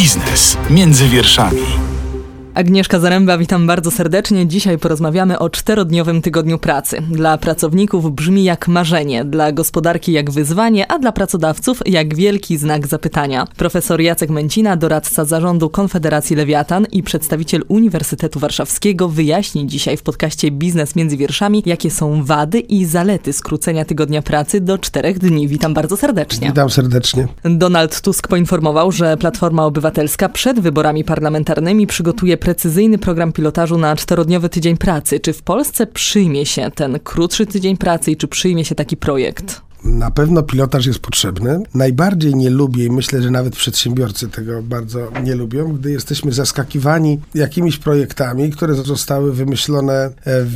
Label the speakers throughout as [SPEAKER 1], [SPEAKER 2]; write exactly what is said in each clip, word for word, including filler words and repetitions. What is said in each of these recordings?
[SPEAKER 1] Biznes między wierszami.
[SPEAKER 2] Agnieszka Zaręba, witam bardzo serdecznie. Dzisiaj porozmawiamy o czterodniowym tygodniu pracy. Dla pracowników brzmi jak marzenie, dla gospodarki jak wyzwanie, a dla pracodawców jak wielki znak zapytania. Profesor Jacek Męcina, doradca zarządu Konfederacji Lewiatan i przedstawiciel Uniwersytetu Warszawskiego, wyjaśni dzisiaj w podcaście Biznes między wierszami, jakie są wady i zalety skrócenia tygodnia pracy do czterech dni. Witam bardzo serdecznie.
[SPEAKER 3] Witam serdecznie.
[SPEAKER 2] Donald Tusk poinformował, że Platforma Obywatelska przed wyborami parlamentarnymi przygotuje precyzyjny program pilotażu na czterodniowy tydzień pracy. Czy w Polsce przyjmie się ten krótszy tydzień pracy i czy przyjmie się taki projekt?
[SPEAKER 3] Na pewno pilotaż jest potrzebny. Najbardziej nie lubię i myślę, że nawet przedsiębiorcy tego bardzo nie lubią, gdy jesteśmy zaskakiwani jakimiś projektami, które zostały wymyślone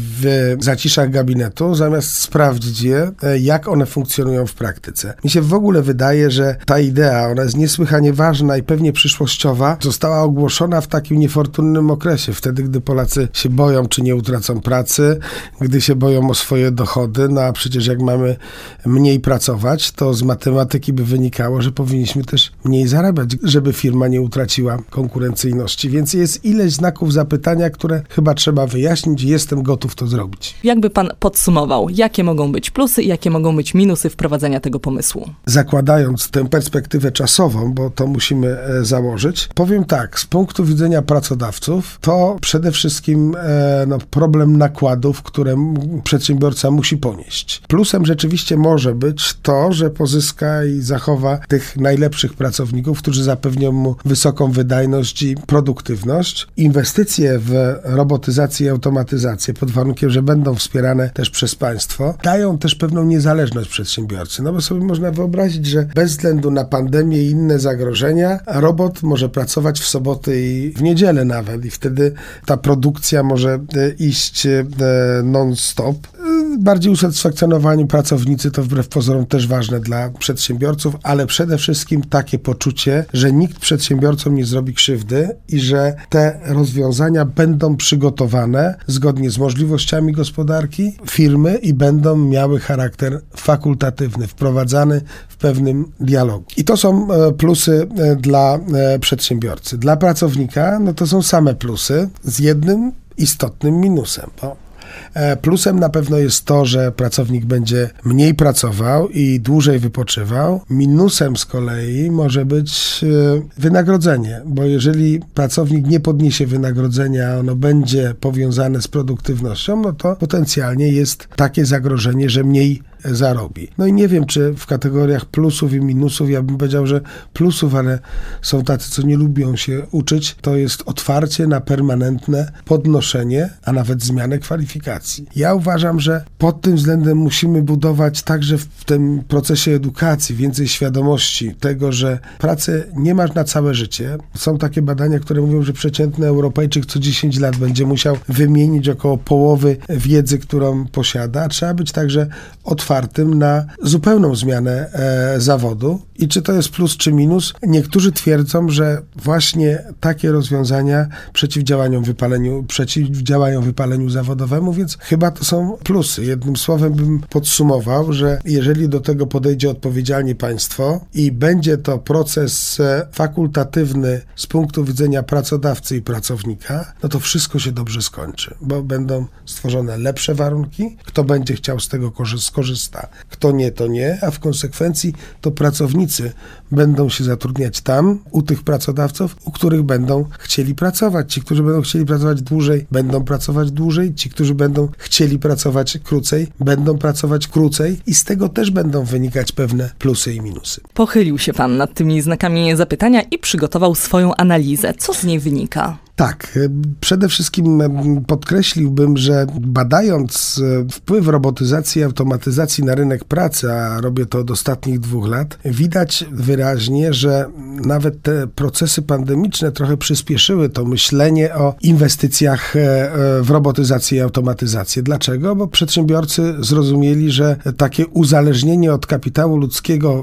[SPEAKER 3] w zaciszach gabinetu, zamiast sprawdzić je, jak one funkcjonują w praktyce. Mi się w ogóle wydaje, że ta idea, ona jest niesłychanie ważna i pewnie przyszłościowa, została ogłoszona w takim niefortunnym okresie, wtedy, gdy Polacy się boją, czy nie utracą pracy, gdy się boją o swoje dochody, no a przecież jak mamy mniej pracować, to z matematyki by wynikało, że powinniśmy też mniej zarabiać, żeby firma nie utraciła konkurencyjności. Więc jest ileś znaków zapytania, które chyba trzeba wyjaśnić i jestem gotów to zrobić.
[SPEAKER 2] Jakby pan podsumował, jakie mogą być plusy i jakie mogą być minusy wprowadzenia tego pomysłu?
[SPEAKER 3] Zakładając tę perspektywę czasową, bo to musimy e, założyć, powiem tak, z punktu widzenia pracodawców, to przede wszystkim e, no, problem nakładów, które przedsiębiorca musi ponieść. Plusem rzeczywiście może być to, że pozyska i zachowa tych najlepszych pracowników, którzy zapewnią mu wysoką wydajność i produktywność. Inwestycje w robotyzację i automatyzację, pod warunkiem, że będą wspierane też przez państwo, dają też pewną niezależność przedsiębiorcy. No bo sobie można wyobrazić, że bez względu na pandemię i inne zagrożenia, robot może pracować w soboty i w niedzielę nawet i wtedy ta produkcja może iść non-stop. Bardziej usatysfakcjonowani pracownicy to wbrew pozorom też ważne dla przedsiębiorców, ale przede wszystkim takie poczucie, że nikt przedsiębiorcom nie zrobi krzywdy i że te rozwiązania będą przygotowane zgodnie z możliwościami gospodarki firmy i będą miały charakter fakultatywny, wprowadzany w pewnym dialogu. I to są plusy dla przedsiębiorcy. Dla pracownika no to są same plusy z jednym istotnym minusem, bo plusem na pewno jest to, że pracownik będzie mniej pracował i dłużej wypoczywał. Minusem z kolei może być wynagrodzenie, bo jeżeli pracownik nie podniesie wynagrodzenia, ono będzie powiązane z produktywnością, no to potencjalnie jest takie zagrożenie, że mniej zarobi. No i nie wiem, czy w kategoriach plusów i minusów, ja bym powiedział, że plusów, ale są tacy, co nie lubią się uczyć, to jest otwarcie na permanentne podnoszenie, a nawet zmianę kwalifikacji. Ja uważam, że pod tym względem musimy budować także w tym procesie edukacji więcej świadomości tego, że pracy nie masz na całe życie. Są takie badania, które mówią, że przeciętny Europejczyk co dziesięć lat będzie musiał wymienić około połowy wiedzy, którą posiada. Trzeba być także otwartym na zupełną zmianę e, zawodu. I czy to jest plus czy minus? Niektórzy twierdzą, że właśnie takie rozwiązania przeciwdziałają wypaleniu, przeciwdziałają wypaleniu zawodowemu, więc chyba to są plusy. Jednym słowem bym podsumował, że jeżeli do tego podejdzie odpowiedzialnie państwo i będzie to proces fakultatywny z punktu widzenia pracodawcy i pracownika, no to wszystko się dobrze skończy, bo będą stworzone lepsze warunki. Kto będzie chciał z tego skorzystać, kto nie, to nie, a w konsekwencji to pracownicy będą się zatrudniać tam, u tych pracodawców, u których będą chcieli pracować. Ci, którzy będą chcieli pracować dłużej, będą pracować dłużej. Ci, którzy będą chcieli pracować krócej, będą pracować krócej i z tego też będą wynikać pewne plusy i minusy.
[SPEAKER 2] Pochylił się pan nad tymi znakami zapytania i przygotował swoją analizę. Co z niej wynika?
[SPEAKER 3] Tak, przede wszystkim podkreśliłbym, że badając wpływ robotyzacji i automatyzacji na rynek pracy, a robię to od ostatnich dwóch lat, widać wyraźnie, że nawet te procesy pandemiczne trochę przyspieszyły to myślenie o inwestycjach w robotyzację i automatyzację. Dlaczego? Bo przedsiębiorcy zrozumieli, że takie uzależnienie od kapitału ludzkiego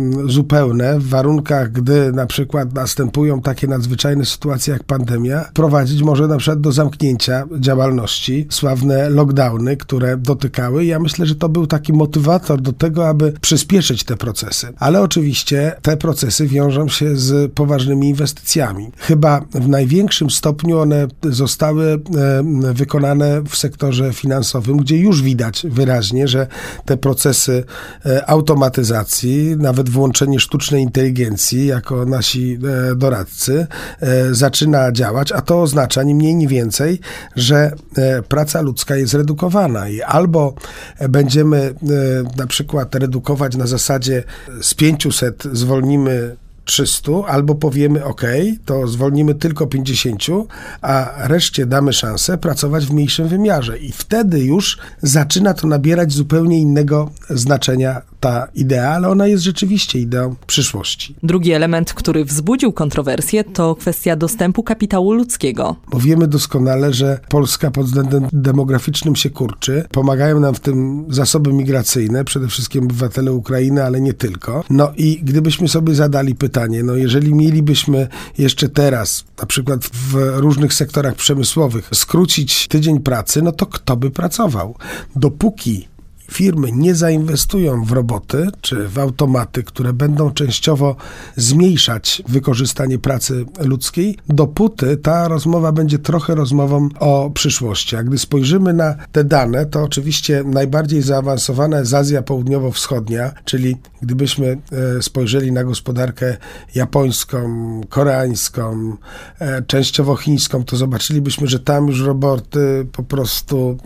[SPEAKER 3] zupełne w warunkach, gdy na przykład następują takie nadzwyczajne sytuacje jak pandemia, prowadzić może na przykład do zamknięcia działalności, sławne lockdowny, które dotykały. Ja myślę, że to był taki motywator do tego, aby przyspieszyć te procesy. Ale oczywiście te procesy wiążą się się z poważnymi inwestycjami. Chyba w największym stopniu one zostały wykonane w sektorze finansowym, gdzie już widać wyraźnie, że te procesy automatyzacji, nawet włączenie sztucznej inteligencji jako nasi doradcy zaczyna działać, a to oznacza ni mniej, ni więcej, że praca ludzka jest redukowana i albo będziemy na przykład redukować na zasadzie z pięciuset zwolnimy trzysta, albo powiemy ok, to zwolnimy tylko pięćdziesiąt, a reszcie damy szansę pracować w mniejszym wymiarze. I wtedy już zaczyna to nabierać zupełnie innego znaczenia ta idea, ale ona jest rzeczywiście ideą przyszłości.
[SPEAKER 2] Drugi element, który wzbudził kontrowersje, to kwestia dostępu kapitału ludzkiego.
[SPEAKER 3] Bo wiemy doskonale, że Polska pod względem demograficznym się kurczy. Pomagają nam w tym zasoby migracyjne, przede wszystkim obywatele Ukrainy, ale nie tylko. No i gdybyśmy sobie zadali pytanie, no jeżeli mielibyśmy jeszcze teraz, na przykład w różnych sektorach przemysłowych, skrócić tydzień pracy, no to kto by pracował? Dopóki firmy nie zainwestują w roboty czy w automaty, które będą częściowo zmniejszać wykorzystanie pracy ludzkiej, dopóty ta rozmowa będzie trochę rozmową o przyszłości. A gdy spojrzymy na te dane, to oczywiście najbardziej zaawansowana jest Azja Południowo-Wschodnia, czyli gdybyśmy spojrzeli na gospodarkę japońską, koreańską, częściowo chińską, to zobaczylibyśmy, że tam już roboty po prostu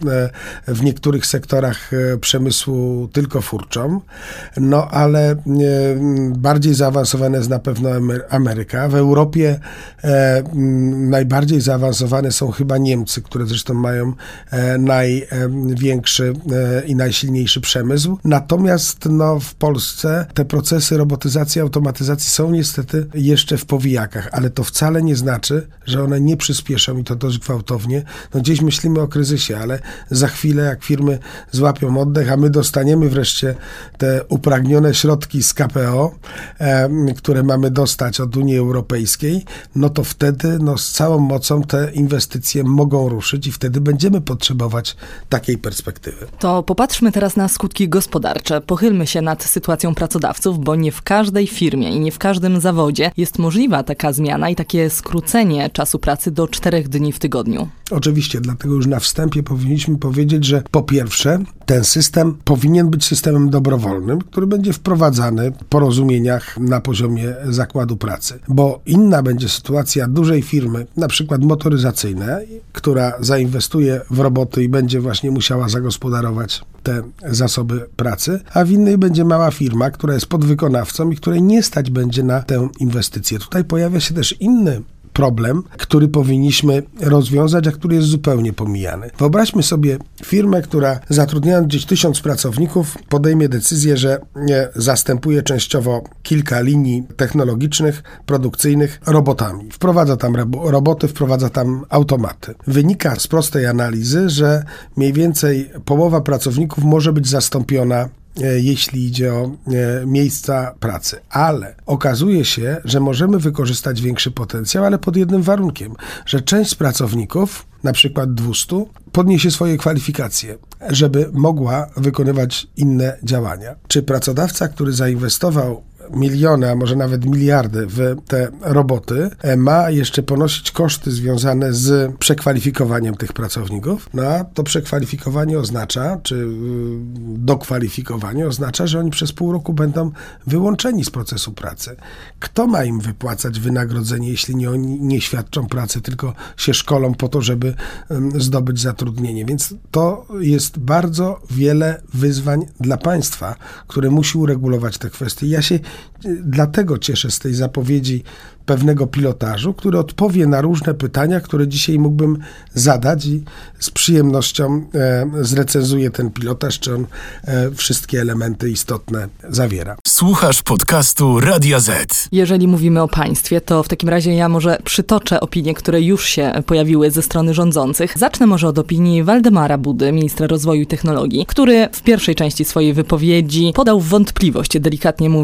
[SPEAKER 3] w niektórych sektorach przemysłu tylko furczą, no ale e, bardziej zaawansowana jest na pewno Ameryka. W Europie e, najbardziej zaawansowane są chyba Niemcy, które zresztą mają e, największy e, i najsilniejszy przemysł. Natomiast no, w Polsce te procesy robotyzacji, automatyzacji są niestety jeszcze w powijakach, ale to wcale nie znaczy, że one nie przyspieszą i to dość gwałtownie. No gdzieś myślimy o kryzysie, ale za chwilę jak firmy złapią oddech, a my dostaniemy wreszcie te upragnione środki z K P O, e, które mamy dostać od Unii Europejskiej, no to wtedy no, z całą mocą te inwestycje mogą ruszyć i wtedy będziemy potrzebować takiej perspektywy.
[SPEAKER 2] To popatrzmy teraz na skutki gospodarcze. Pochylmy się nad sytuacją pracodawców, bo nie w każdej firmie i nie w każdym zawodzie jest możliwa taka zmiana i takie skrócenie czasu pracy do czterech dni w tygodniu.
[SPEAKER 3] Oczywiście, dlatego już na wstępie powinniśmy powiedzieć, że po pierwsze ten system powinien być systemem dobrowolnym, który będzie wprowadzany w porozumieniach na poziomie zakładu pracy. Bo inna będzie sytuacja dużej firmy, na przykład motoryzacyjnej, która zainwestuje w roboty i będzie właśnie musiała zagospodarować te zasoby pracy, a w innej będzie mała firma, która jest podwykonawcą i której nie stać będzie na tę inwestycję. Tutaj pojawia się też inny problem, który powinniśmy rozwiązać, a który jest zupełnie pomijany. Wyobraźmy sobie firmę, która zatrudniając gdzieś tysiąc pracowników podejmie decyzję, że zastępuje częściowo kilka linii technologicznych, produkcyjnych robotami. Wprowadza tam roboty, wprowadza tam automaty. Wynika z prostej analizy, że mniej więcej połowa pracowników może być zastąpiona, jeśli idzie o miejsca pracy. Ale okazuje się, że możemy wykorzystać większy potencjał, ale pod jednym warunkiem, że część z pracowników, na przykład dwieście, podniesie swoje kwalifikacje, żeby mogła wykonywać inne działania. Czy pracodawca, który zainwestował miliony, a może nawet miliardy w te roboty, ma jeszcze ponosić koszty związane z przekwalifikowaniem tych pracowników? No a to przekwalifikowanie oznacza, czy dokwalifikowanie oznacza, że oni przez pół roku będą wyłączeni z procesu pracy. Kto ma im wypłacać wynagrodzenie, jeśli nie oni nie świadczą pracy, tylko się szkolą po to, żeby zdobyć zatrudnienie? Więc to jest bardzo wiele wyzwań dla państwa, które musi uregulować te kwestie. Ja się dlatego cieszę z tej zapowiedzi pewnego pilotażu, który odpowie na różne pytania, które dzisiaj mógłbym zadać i z przyjemnością e, zrecenzuję ten pilotaż, czy on e, wszystkie elementy istotne zawiera.
[SPEAKER 1] Słuchasz podcastu Radia Z.
[SPEAKER 2] Jeżeli mówimy o państwie, to w takim razie ja może przytoczę opinie, które już się pojawiły ze strony rządzących. Zacznę może od opinii Waldemara Budy, ministra rozwoju i technologii, który w pierwszej części swojej wypowiedzi podał w wątpliwość, delikatnie mówiąc,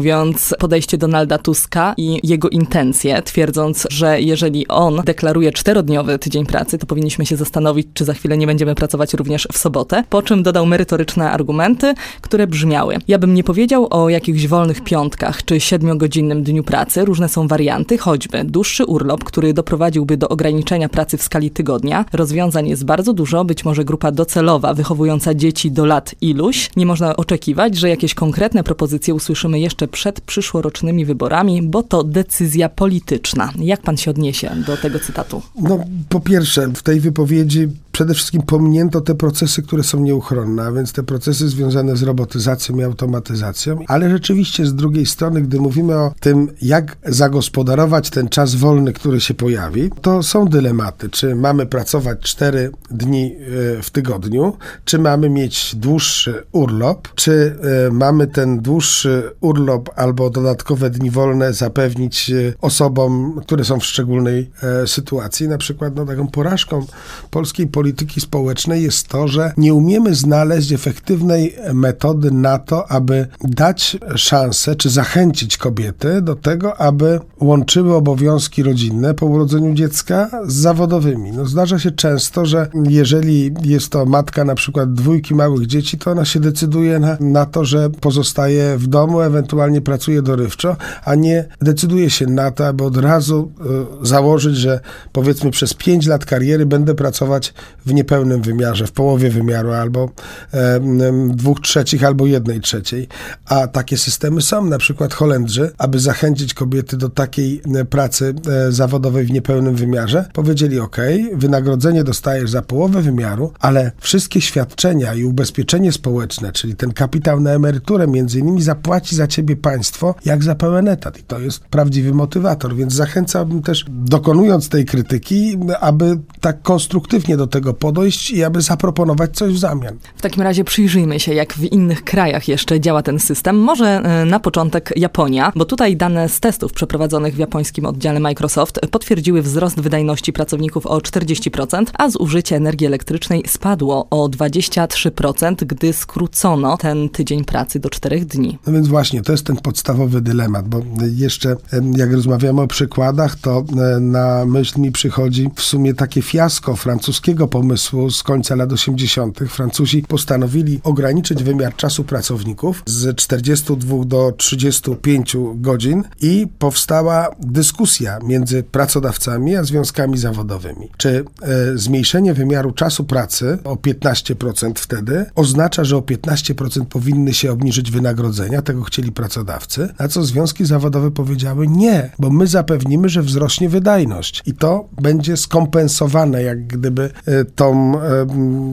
[SPEAKER 2] teraz podejście Donalda Tuska i jego intencje, twierdząc, że jeżeli on deklaruje czterodniowy tydzień pracy, to powinniśmy się zastanowić, czy za chwilę nie będziemy pracować również w sobotę, po czym dodał merytoryczne argumenty, które brzmiały: ja bym nie powiedział o jakichś wolnych piątkach czy siedmiogodzinnym dniu pracy, różne są warianty, choćby dłuższy urlop, który doprowadziłby do ograniczenia pracy w skali tygodnia. Rozwiązań jest bardzo dużo, być może grupa docelowa wychowująca dzieci do lat iluś. Nie można oczekiwać, że jakieś konkretne propozycje usłyszymy jeszcze przed przyszłorocznymi wyborami, bo to decyzja polityczna. Jak pan się odniesie do tego cytatu?
[SPEAKER 3] No, po pierwsze, w tej wypowiedzi przede wszystkim pominięto te procesy, które są nieuchronne, a więc te procesy związane z robotyzacją i automatyzacją, ale rzeczywiście z drugiej strony, gdy mówimy o tym, jak zagospodarować ten czas wolny, który się pojawi, to są dylematy. Czy mamy pracować cztery dni w tygodniu, czy mamy mieć dłuższy urlop, czy mamy ten dłuższy urlop albo dodatkowe dni wolne zapewnić osobom, które są w szczególnej sytuacji. Na przykład no, taką porażką polskiej polityki polityki społecznej jest to, że nie umiemy znaleźć efektywnej metody na to, aby dać szansę, czy zachęcić kobiety do tego, aby łączyły obowiązki rodzinne po urodzeniu dziecka z zawodowymi. No, zdarza się często, że jeżeli jest to matka na przykład dwójki małych dzieci, to ona się decyduje na, na to, że pozostaje w domu, ewentualnie pracuje dorywczo, a nie decyduje się na to, aby od razu y, założyć, że powiedzmy przez pięć lat kariery będę pracować w niepełnym wymiarze, w połowie wymiaru, albo e, dwóch trzecich, albo jednej trzeciej. A takie systemy są, na przykład Holendrzy, aby zachęcić kobiety do takiej pracy e, zawodowej w niepełnym wymiarze, powiedzieli: ok, wynagrodzenie dostajesz za połowę wymiaru, ale wszystkie świadczenia i ubezpieczenie społeczne, czyli ten kapitał na emeryturę między innymi, zapłaci za ciebie państwo jak za pełen etat. I to jest prawdziwy motywator, więc zachęcałbym też, dokonując tej krytyki, aby tak konstruktywnie do tego podejść i aby zaproponować coś w zamian.
[SPEAKER 2] W takim razie przyjrzyjmy się, jak w innych krajach jeszcze działa ten system. Może na początek Japonia, bo tutaj dane z testów przeprowadzonych w japońskim oddziale Microsoft potwierdziły wzrost wydajności pracowników o czterdzieści procent, a zużycie energii elektrycznej spadło o dwadzieścia trzy procent, gdy skrócono ten tydzień pracy do czterech dni.
[SPEAKER 3] No więc właśnie, to jest ten podstawowy dylemat, bo jeszcze jak rozmawiamy o przykładach, to na myśl mi przychodzi w sumie takie fiasko francuskiego pomysłu z końca lat osiemdziesiątych. Francuzi postanowili ograniczyć wymiar czasu pracowników z czterdziestu dwóch do trzydziestu pięciu godzin i powstała dyskusja między pracodawcami a związkami zawodowymi. Czy e, zmniejszenie wymiaru czasu pracy o piętnaście procent wtedy oznacza, że o piętnaście procent powinny się obniżyć wynagrodzenia, tego chcieli pracodawcy, na co związki zawodowe powiedziały: nie, bo my zapewnimy, że wzrośnie wydajność i to będzie skompensowane jak gdyby e, tą e,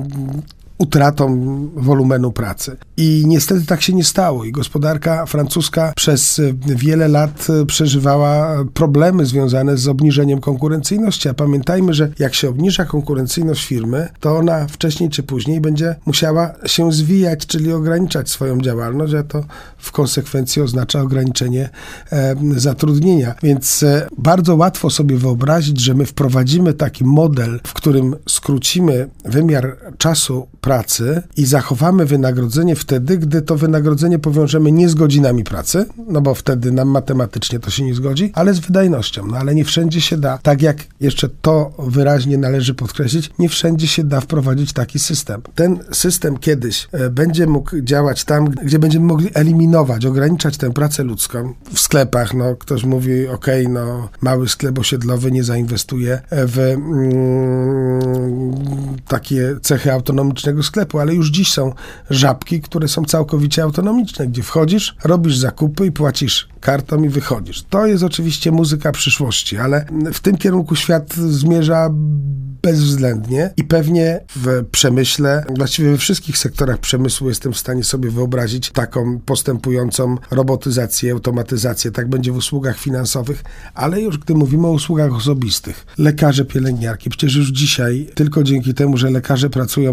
[SPEAKER 3] utratą wolumenu pracy. I niestety tak się nie stało i gospodarka francuska przez wiele lat przeżywała problemy związane z obniżeniem konkurencyjności, a pamiętajmy, że jak się obniża konkurencyjność firmy, to ona wcześniej czy później będzie musiała się zwijać, czyli ograniczać swoją działalność, a to w konsekwencji oznacza ograniczenie e, zatrudnienia. Więc e, bardzo łatwo sobie wyobrazić, że my wprowadzimy taki model, w którym skrócimy wymiar czasu pracy i zachowamy wynagrodzenie wtedy, gdy to wynagrodzenie powiążemy nie z godzinami pracy, no bo wtedy nam matematycznie to się nie zgodzi, ale z wydajnością. No ale nie wszędzie się da, tak jak jeszcze to wyraźnie należy podkreślić, nie wszędzie się da wprowadzić taki system. Ten system kiedyś e, będzie mógł działać tam, gdzie będziemy mogli eliminować, ograniczać tę pracę ludzką. W sklepach, no ktoś mówi: ok, no mały sklep osiedlowy nie zainwestuje w mm, takie cechy autonomicznego sklepu, ale już dziś są żabki, które są całkowicie autonomiczne, gdzie wchodzisz, robisz zakupy i płacisz kartą i wychodzisz. To jest oczywiście muzyka przyszłości, ale w tym kierunku świat zmierza bezwzględnie i pewnie w przemyśle, właściwie we wszystkich sektorach przemysłu jestem w stanie sobie wyobrazić taką postępującą robotyzację, automatyzację. Tak będzie w usługach finansowych, ale już gdy mówimy o usługach osobistych, lekarze, pielęgniarki, przecież już dzisiaj tylko dzięki temu, że lekarze pracują po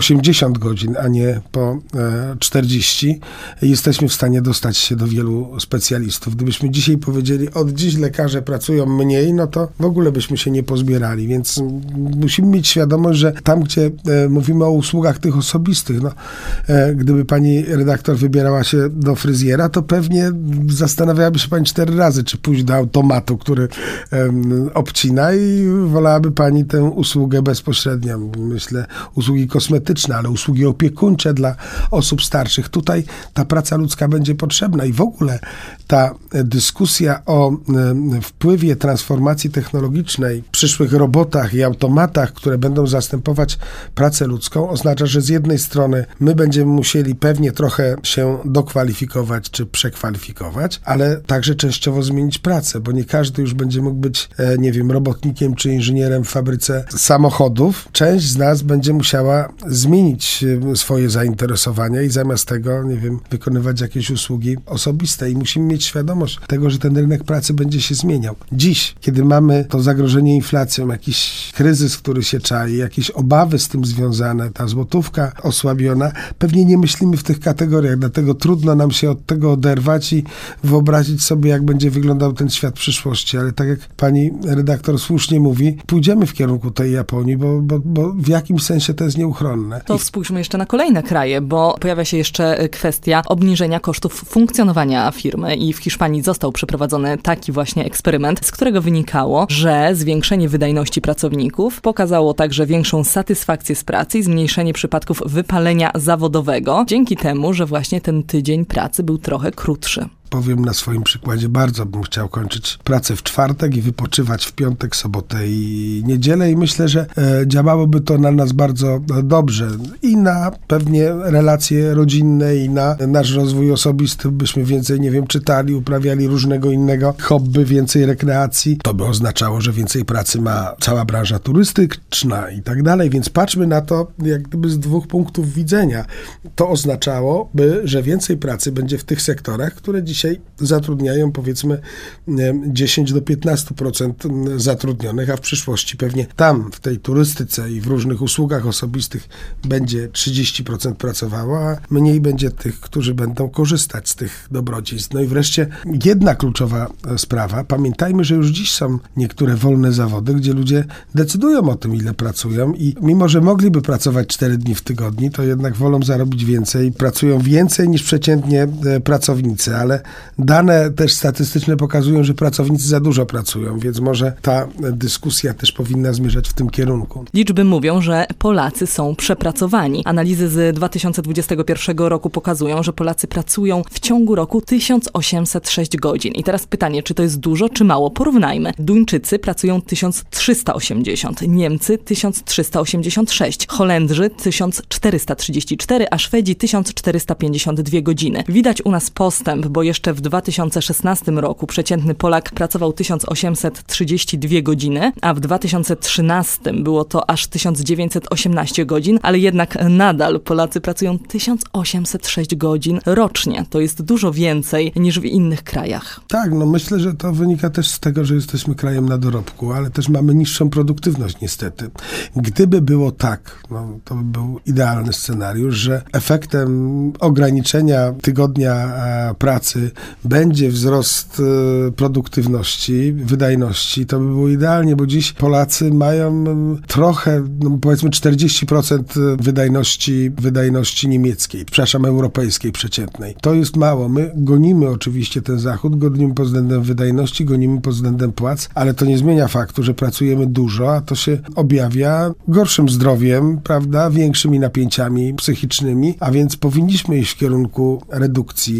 [SPEAKER 3] osiemdziesiąt godzin, a nie po czterdzieści. Jesteśmy w stanie dostać się do wielu specjalistów. Gdybyśmy dzisiaj powiedzieli, od dziś lekarze pracują mniej, no to w ogóle byśmy się nie pozbierali, więc musimy mieć świadomość, że tam, gdzie mówimy o usługach tych osobistych, no, gdyby pani redaktor wybierała się do fryzjera, to pewnie zastanawiałaby się pani cztery razy, czy pójść do automatu, który um, obcina, i wolałaby pani tę usługę bezpośrednią. Myślę, usługi kosmetyczne, ale usługi opiekuńcze dla osób starszych. Tutaj ta praca ludzka będzie potrzebna i w ogóle ta dyskusja o um, wpływie transformacji technologicznej, przyszłych robotach i automatach, które będą zastępować pracę ludzką, oznacza, że z jednej strony my będziemy musieli pewnie trochę się dokwalifikować czy przekwalifikować, ale także częściowo zmienić pracę, bo nie każdy już będzie mógł być, e, nie wiem, robotnikiem czy inżynierem w fabryce samochodów. Część z nas będzie musiała zmienić e, swoje zainteresowania i zamiast tego, nie wiem, wykonywać jakieś usługi osobiste, i musimy mieć świadomość tego, że ten rynek pracy będzie się zmieniał. Dziś, kiedy mamy to zagrożenie inflacją, jakiś kryzys, który się czai, jakieś obawy z tym związane, ta złotówka osłabiona, pewnie nie myślimy w tych kategoriach, dlatego trudno nam się od tego oderwać i wyobrazić sobie, jak będzie wyglądał ten świat przyszłości. Ale tak jak pani redaktor słusznie mówi, pójdziemy w kierunku tej Japonii, bo, bo, bo w jakimś sensie to jest nieuchronne.
[SPEAKER 2] To spójrzmy jeszcze na kolejne kraje, bo pojawia się jeszcze kwestia obniżenia kosztów funkcjonowania firmy i w Hiszpanii został przeprowadzony taki właśnie eksperyment, z którego wynikało, że zwiększenie wydajności pracowników pokazało także większą satysfakcję z pracy i zmniejszenie przypadków wypalenia zawodowego, dzięki temu, że właśnie ten tydzień pracy był trochę krótszy.
[SPEAKER 3] Powiem na swoim przykładzie, bardzo bym chciał kończyć pracę w czwartek i wypoczywać w piątek, sobotę i niedzielę, i myślę, że e, działałoby to na nas bardzo dobrze i na pewnie relacje rodzinne, i na nasz rozwój osobisty. Byśmy więcej, nie wiem, czytali, uprawiali różnego innego hobby, więcej rekreacji. To by oznaczało, że więcej pracy ma cała branża turystyczna i tak dalej, więc patrzmy na to jak gdyby z dwóch punktów widzenia. To oznaczałoby, że więcej pracy będzie w tych sektorach, które dziś Dzisiaj zatrudniają, powiedzmy, dziesięć do piętnastu procent zatrudnionych, a w przyszłości pewnie tam, w tej turystyce i w różnych usługach osobistych będzie trzydzieści procent pracowało, a mniej będzie tych, którzy będą korzystać z tych dobrodziejstw. No i wreszcie jedna kluczowa sprawa. Pamiętajmy, że już dziś są niektóre wolne zawody, gdzie ludzie decydują o tym, ile pracują, i mimo, że mogliby pracować cztery dni w tygodniu, to jednak wolą zarobić więcej, pracują więcej niż przeciętnie pracownicy, ale dane też statystyczne pokazują, że pracownicy za dużo pracują, więc może ta dyskusja też powinna zmierzać w tym kierunku.
[SPEAKER 2] Liczby mówią, że Polacy są przepracowani. Analizy z dwa tysiące dwudziestego pierwszego roku pokazują, że Polacy pracują w ciągu roku tysiąc osiemset sześć godzin. I teraz pytanie, czy to jest dużo, czy mało? Porównajmy. Duńczycy pracują tysiąc trzysta osiemdziesiąt, Niemcy tysiąc trzysta osiemdziesiąt sześć, Holendrzy tysiąc czterysta trzydzieści cztery, a Szwedzi tysiąc czterysta pięćdziesiąt dwie godziny. Widać u nas postęp, bo jeszcze w dwa tysiące szesnastym roku przeciętny Polak pracował tysiąc osiemset trzydzieści dwie godziny, a w dwa tysiące trzynastym było to aż tysiąc dziewięćset osiemnaście godzin, ale jednak nadal Polacy pracują tysiąc osiemset sześć godzin rocznie. To jest dużo więcej niż w innych krajach.
[SPEAKER 3] Tak, no myślę, że to wynika też z tego, że jesteśmy krajem na dorobku, ale też mamy niższą produktywność niestety. Gdyby było tak, no, to by był idealny scenariusz, że efektem ograniczenia tygodnia pracy będzie wzrost produktywności, wydajności, to by było idealnie, bo dziś Polacy mają trochę, no powiedzmy czterdzieści procent wydajności, wydajności niemieckiej, przepraszam, europejskiej przeciętnej. To jest mało. My gonimy oczywiście ten Zachód, gonimy pod względem wydajności, gonimy pod względem płac, ale to nie zmienia faktu, że pracujemy dużo, a to się objawia gorszym zdrowiem, prawda, większymi napięciami psychicznymi, a więc powinniśmy iść w kierunku redukcji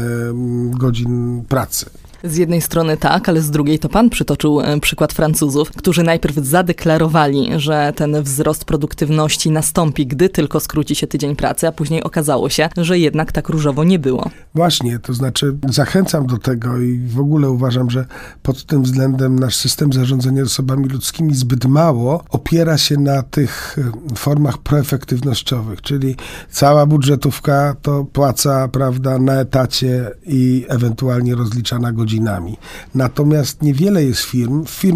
[SPEAKER 3] e, godzin pracy.
[SPEAKER 2] Z jednej strony tak, ale z drugiej to pan przytoczył przykład Francuzów, którzy najpierw zadeklarowali, że ten wzrost produktywności nastąpi, gdy tylko skróci się tydzień pracy, a później okazało się, że jednak tak różowo nie było.
[SPEAKER 3] Właśnie, to znaczy zachęcam do tego i w ogóle uważam, że pod tym względem nasz system zarządzania zasobami ludzkimi zbyt mało opiera się na tych formach proefektywnościowych, czyli cała budżetówka to płaca, prawda, na etacie i ewentualnie rozliczana godzinami. Natomiast niewiele jest firm, w firmach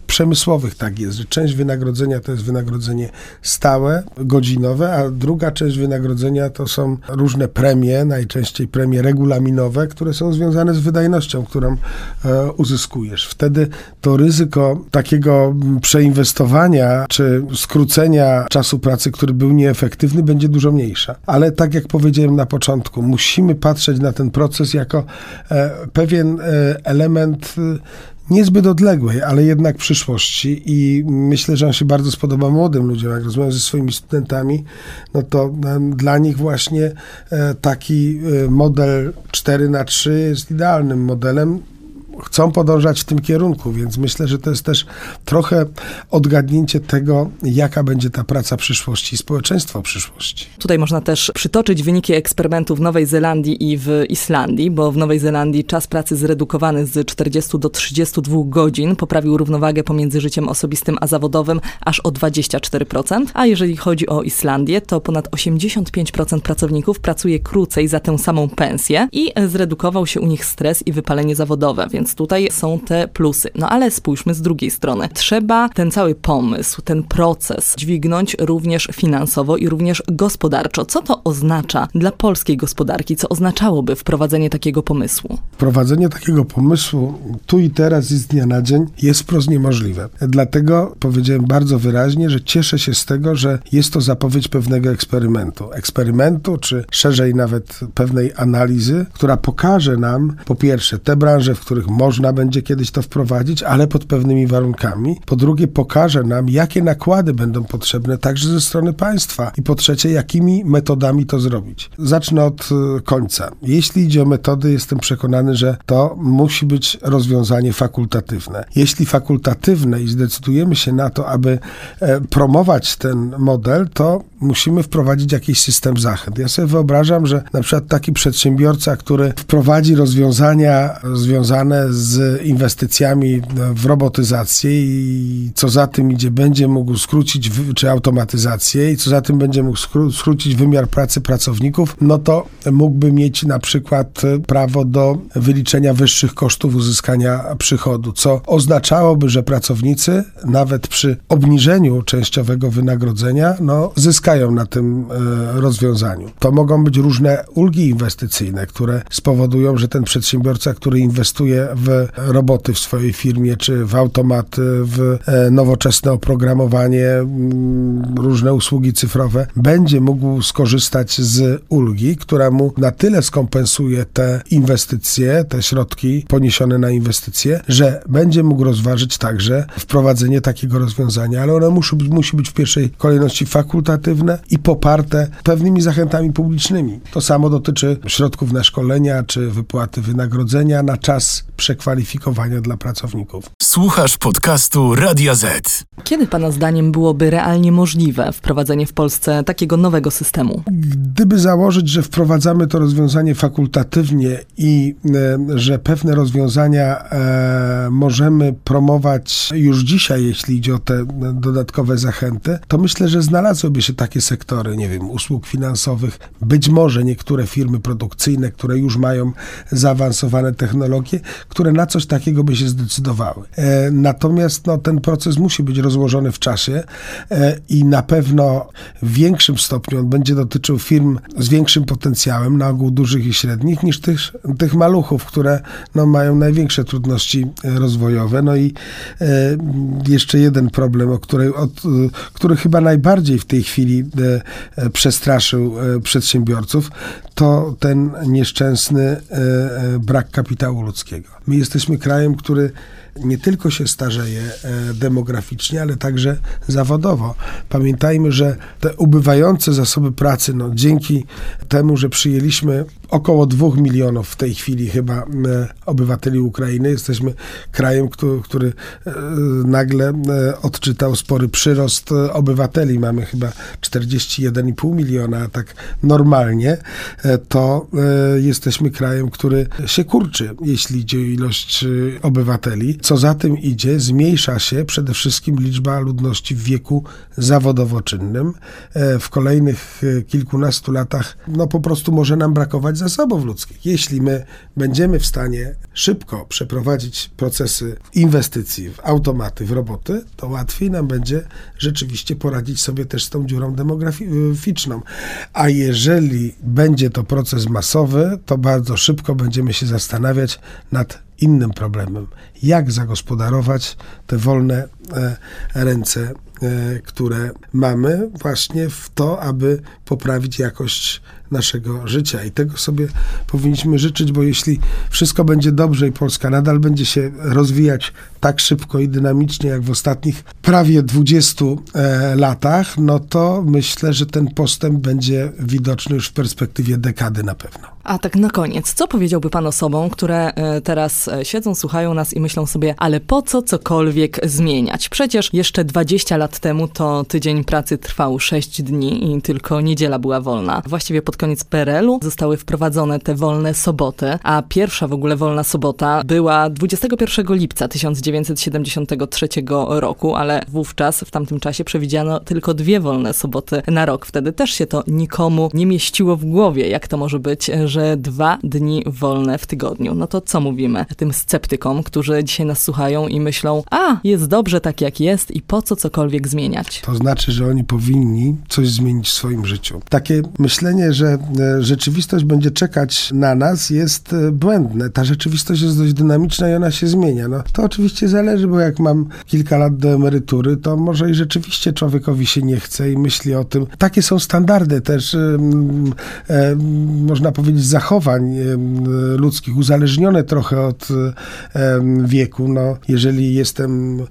[SPEAKER 3] przemysłowych tak jest, że część wynagrodzenia to jest wynagrodzenie stałe, godzinowe, a druga część wynagrodzenia to są różne premie, najczęściej premie regulaminowe, które są związane z wydajnością, którą e, uzyskujesz. Wtedy to ryzyko takiego przeinwestowania czy skrócenia czasu pracy, który był nieefektywny, będzie dużo mniejsze. Ale tak jak powiedziałem na początku, musimy patrzeć na ten proces jako e, pewien e, element e, niezbyt odległej, ale jednak przyszłości i myślę, że on się bardzo spodoba młodym ludziom. Jak rozmawiam ze swoimi studentami, no to um, dla nich właśnie e, taki e, model cztery na trzy jest idealnym modelem. Chcą podążać w tym kierunku, więc myślę, że to jest też trochę odgadnięcie tego, jaka będzie ta praca przyszłości i społeczeństwo przyszłości.
[SPEAKER 2] Tutaj można też przytoczyć wyniki eksperymentu w Nowej Zelandii i w Islandii, bo w Nowej Zelandii czas pracy zredukowany z czterdziestu do trzydziestu dwóch godzin poprawił równowagę pomiędzy życiem osobistym a zawodowym aż o dwadzieścia cztery procent, a jeżeli chodzi o Islandię, to ponad osiemdziesiąt pięć procent pracowników pracuje krócej za tę samą pensję i zredukował się u nich stres i wypalenie zawodowe, więc tutaj są te plusy. No ale spójrzmy z drugiej strony. Trzeba ten cały pomysł, ten proces dźwignąć również finansowo i również gospodarczo. Co to oznacza dla polskiej gospodarki? Co oznaczałoby wprowadzenie takiego pomysłu?
[SPEAKER 3] Wprowadzenie takiego pomysłu tu i teraz i z dnia na dzień jest wprost niemożliwe. Dlatego powiedziałem bardzo wyraźnie, że cieszę się z tego, że jest to zapowiedź pewnego eksperymentu. Eksperymentu, czy szerzej nawet pewnej analizy, która pokaże nam po pierwsze te branże, w których można będzie kiedyś to wprowadzić, ale pod pewnymi warunkami. Po drugie, pokaże nam, jakie nakłady będą potrzebne także ze strony państwa. I po trzecie, jakimi metodami to zrobić. Zacznę od końca. Jeśli idzie o metody, jestem przekonany, że to musi być rozwiązanie fakultatywne. Jeśli fakultatywne i zdecydujemy się na to, aby e, promować ten model, to musimy wprowadzić jakiś system zachęt. Ja sobie wyobrażam, że na przykład taki przedsiębiorca, który wprowadzi rozwiązania związane z inwestycjami w robotyzację i co za tym idzie, będzie mógł skrócić, czy automatyzację i co za tym będzie mógł skró- skrócić wymiar pracy pracowników, no to mógłby mieć na przykład prawo do wyliczenia wyższych kosztów uzyskania przychodu, co oznaczałoby, że pracownicy nawet przy obniżeniu częściowego wynagrodzenia, no zyskają na tym e, rozwiązaniu. To mogą być różne ulgi inwestycyjne, które spowodują, że ten przedsiębiorca, który inwestuje w roboty w swojej firmie, czy w automaty, w e, nowoczesne oprogramowanie, m, różne usługi cyfrowe, będzie mógł skorzystać z ulgi, która mu na tyle skompensuje te inwestycje, te środki poniesione na inwestycje, że będzie mógł rozważyć także wprowadzenie takiego rozwiązania, ale ono musi, musi być w pierwszej kolejności fakultatywne i poparte pewnymi zachętami publicznymi. To samo dotyczy środków na szkolenia, czy wypłaty wynagrodzenia na czas przekwalifikowania dla pracowników.
[SPEAKER 1] Słuchasz podcastu Radia Z.
[SPEAKER 2] Kiedy Pana zdaniem byłoby realnie możliwe wprowadzenie w Polsce takiego nowego systemu?
[SPEAKER 3] Gdyby założyć, że wprowadzamy to rozwiązanie fakultatywnie i e, że pewne rozwiązania e, możemy promować już dzisiaj, jeśli idzie o te dodatkowe zachęty, to myślę, że znalazłyby się takie sektory, nie wiem, usług finansowych, być może niektóre firmy produkcyjne, które już mają zaawansowane technologie, które na coś takiego by się zdecydowały. E, natomiast no, ten proces musi być rozłożony w czasie e, i na pewno w większym stopniu on będzie dotyczył firm z większym potencjałem, na ogół dużych i średnich, niż tych, tych maluchów, które no, mają największe trudności rozwojowe. No i e, jeszcze jeden problem, o który, od, który chyba najbardziej w tej chwili e, przestraszył e, przedsiębiorców, to ten nieszczęsny e, e, brak kapitału ludzkiego. My jesteśmy krajem, który nie tylko się starzeje e, demograficznie, ale także zawodowo. Pamiętajmy, że te ubywające zasoby pracy, no dzięki temu, że przyjęliśmy około dwóch milionów w tej chwili chyba e, obywateli Ukrainy, jesteśmy krajem, który, który e, nagle e, odczytał spory przyrost obywateli. Mamy chyba czterdzieści jeden i pół miliona, a tak normalnie e, to e, jesteśmy krajem, który się kurczy, jeśli idzie o ilość e, obywateli. Co za tym idzie, zmniejsza się przede wszystkim liczba ludności w wieku zawodowo czynnym. W kolejnych kilkunastu latach no po prostu może nam brakować zasobów ludzkich. Jeśli my będziemy w stanie szybko przeprowadzić procesy inwestycji w automaty, w roboty, to łatwiej nam będzie rzeczywiście poradzić sobie też z tą dziurą demograficzną. A jeżeli będzie to proces masowy, to bardzo szybko będziemy się zastanawiać nad innym problemem. Jak zagospodarować te wolne e, ręce, e, które mamy właśnie w to, aby poprawić jakość naszego życia. I tego sobie powinniśmy życzyć, bo jeśli wszystko będzie dobrze i Polska nadal będzie się rozwijać tak szybko i dynamicznie, jak w ostatnich prawie dwudziestu e, latach, no to myślę, że ten postęp będzie widoczny już w perspektywie dekady na pewno.
[SPEAKER 2] A tak na koniec, co powiedziałby pan osobom, które e, teraz e, siedzą, słuchają nas i myślą sobie, ale po co cokolwiek zmieniać? Przecież jeszcze dwadzieścia lat temu to tydzień pracy trwał sześć dni i tylko niedziela była wolna. Właściwie pod koniec P R L u zostały wprowadzone te wolne soboty, a pierwsza w ogóle wolna sobota była dwudziestego pierwszego lipca tysiąc dziewięćset siedemdziesiątego trzeciego roku, ale wówczas, w tamtym czasie przewidziano tylko dwie wolne soboty na rok. Wtedy też się to nikomu nie mieściło w głowie, jak to może być, że dwa dni wolne w tygodniu. No to co mówimy tym sceptykom, którzy dzisiaj nas słuchają i myślą, a jest dobrze tak jak jest i po co cokolwiek zmieniać?
[SPEAKER 3] To znaczy, że oni powinni coś zmienić w swoim życiu. Takie myślenie, że e, rzeczywistość będzie czekać na nas, jest e, błędne. Ta rzeczywistość jest dość dynamiczna i ona się zmienia. No, to oczywiście zależy, bo jak mam kilka lat do emerytury, to może i rzeczywiście człowiekowi się nie chce i myśli o tym. Takie są standardy też, e, e, można powiedzieć, zachowań e, ludzkich, uzależnione trochę od e, wieku. No, jeżeli jestem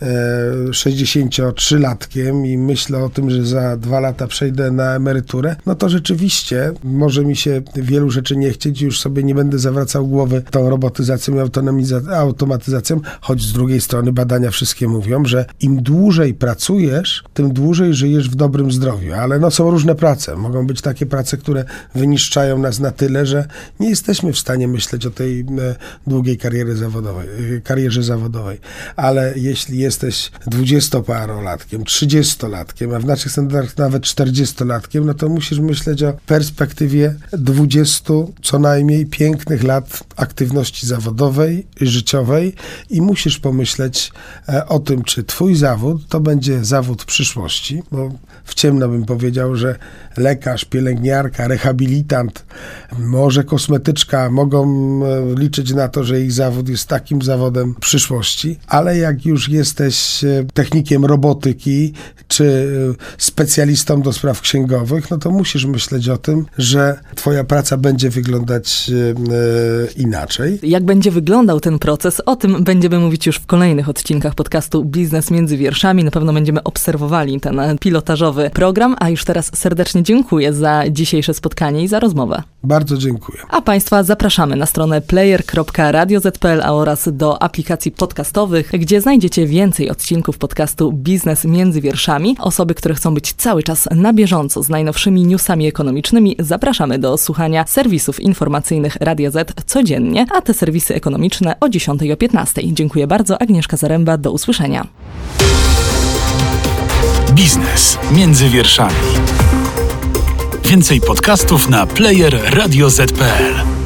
[SPEAKER 3] e, sześćdziesięciotrzylatkiem i myślę o tym, że za dwa lata przejdę na emeryturę, no to rzeczywiście może mi się wielu rzeczy nie chcieć i już sobie nie będę zawracał głowy tą robotyzacją i autonomiza- automatyzacją, choć z drugiej strony badania wszystkie mówią, że im dłużej pracujesz, tym dłużej żyjesz w dobrym zdrowiu. Ale no są różne prace. Mogą być takie prace, które wyniszczają nas na tyle, że nie jesteśmy w stanie myśleć o tej e, długiej kariery zawodowej, e, karierze zawodowej. Ale jeśli jesteś dwudziestoparolatkiem, trzydziestolatkiem, a w naszych standardach nawet czterdziestolatkiem, no to musisz myśleć o perspektywie dwudziestu co najmniej pięknych lat aktywności zawodowej, życiowej i musisz pomyśleć e, o tym, czy twój zawód to będzie zawód przyszłości, bo w ciemno bym powiedział, że lekarz, pielęgniarka, rehabilitant, może kosmetyczka mogą e, liczyć na to, że ich zawód jest takim zawodem przyszłości, ale jak już jesteś e, technikiem robotyki, czy e, specjalistą do spraw księgowych, no to musisz myśleć o tym, że twoja praca będzie wyglądać e, inaczej.
[SPEAKER 2] Jak będzie wyglądał ten proces, o tym będziemy mówić już w kolejnych odcinkach podcastu Biznes między wierszami. Na pewno będziemy obserwowali ten pilotażowy program, a już teraz serdecznie dziękuję za dzisiejsze spotkanie i za rozmowę.
[SPEAKER 3] Bardzo dziękuję.
[SPEAKER 2] A Państwa zapraszamy na stronę player kropka radio zet kropka pe el oraz do aplikacji podcastowych, gdzie znajdziecie więcej odcinków podcastu Biznes między wierszami. Osoby, które chcą być cały czas na bieżąco z najnowszymi newsami ekonomicznymi, zapraszamy do słuchania serwisów informacyjnych Radia Z codziennie, a te serwisy ekonomiczne o dziesiątej i o piętnastej. Dziękuję bardzo. Agnieszka Zaręba. Do usłyszenia.
[SPEAKER 1] Biznes między wierszami. Więcej podcastów na player radio zet kropka pe el.